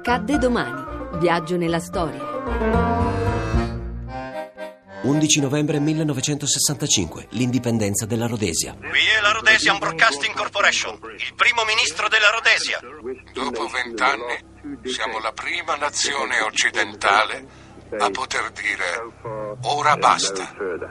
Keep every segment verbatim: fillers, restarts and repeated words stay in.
Accadde domani. Viaggio nella storia. undici novembre millenovecentosessantacinque, l'indipendenza della Rhodesia. Qui è la Rhodesian Broadcasting Corporation, il primo ministro della Rhodesia. Dopo vent'anni siamo la prima nazione occidentale a poter dire ora basta.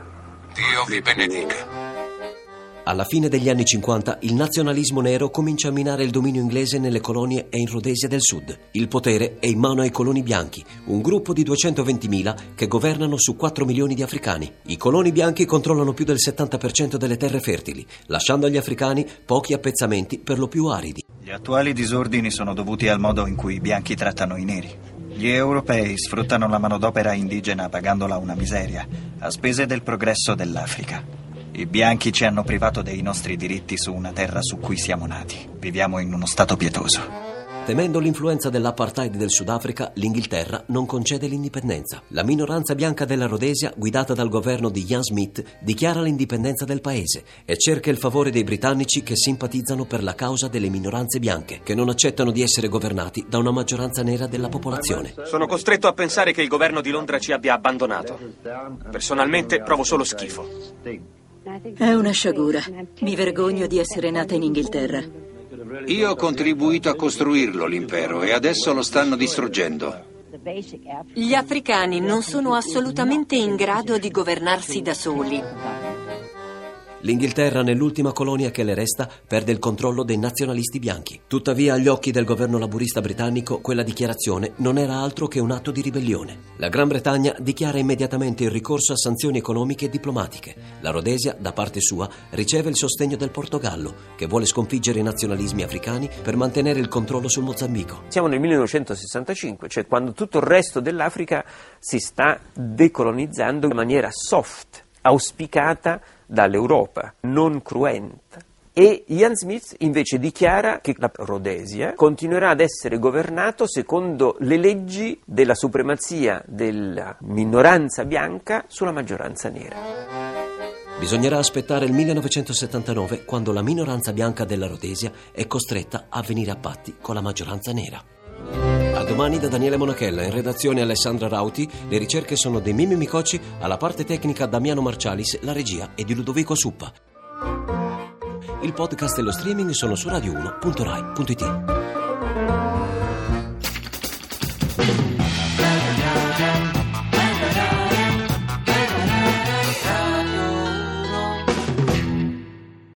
Dio vi benedica. Alla fine degli anni cinquanta il nazionalismo nero comincia a minare il dominio inglese nelle colonie e in Rhodesia del Sud. Il potere è in mano ai coloni bianchi, un gruppo di duecentoventimila che governano su quattro milioni di africani. I coloni bianchi controllano più del settanta per cento delle terre fertili, lasciando agli africani pochi appezzamenti per lo più aridi. Gli attuali disordini sono dovuti al modo in cui i bianchi trattano i neri. Gli europei sfruttano la manodopera indigena pagandola una miseria, a spese del progresso dell'Africa. I bianchi ci hanno privato dei nostri diritti su una terra su cui siamo nati. Viviamo in uno stato pietoso. Temendo l'influenza dell'apartheid del Sudafrica, l'Inghilterra non concede l'indipendenza. La minoranza bianca della Rhodesia, guidata dal governo di Ian Smith, dichiara l'indipendenza del paese e cerca il favore dei britannici che simpatizzano per la causa delle minoranze bianche, che non accettano di essere governati da una maggioranza nera della popolazione. Sono costretto a pensare che il governo di Londra ci abbia abbandonato. Personalmente provo solo schifo. È una sciagura. Mi vergogno di essere nata in Inghilterra. Io ho contribuito a costruirlo l'impero e adesso lo stanno distruggendo. Gli africani non sono assolutamente in grado di governarsi da soli. L'Inghilterra, nell'ultima colonia che le resta, perde il controllo dei nazionalisti bianchi. Tuttavia, agli occhi del governo laburista britannico, quella dichiarazione non era altro che un atto di ribellione. La Gran Bretagna dichiara immediatamente il ricorso a sanzioni economiche e diplomatiche. La Rhodesia, da parte sua, riceve il sostegno del Portogallo, che vuole sconfiggere i nazionalismi africani per mantenere il controllo sul Mozambico. Siamo nel millenovecentosessantacinque, cioè quando tutto il resto dell'Africa si sta decolonizzando in maniera soft, auspicata dall'Europa, non cruenta. E Ian Smith invece dichiara che la Rhodesia continuerà ad essere governato secondo le leggi della supremazia della minoranza bianca sulla maggioranza nera. Bisognerà aspettare il millenovecentosettantanove, quando la minoranza bianca della Rhodesia è costretta a venire a patti con la maggioranza nera. A domani da Daniele Monachella, in redazione Alessandra Rauti, le ricerche sono di Mimmi Micocci, alla parte tecnica Damiano Marcialis, la regia è di Ludovico Suppa. Il podcast e lo streaming sono su radio uno punto rai punto it.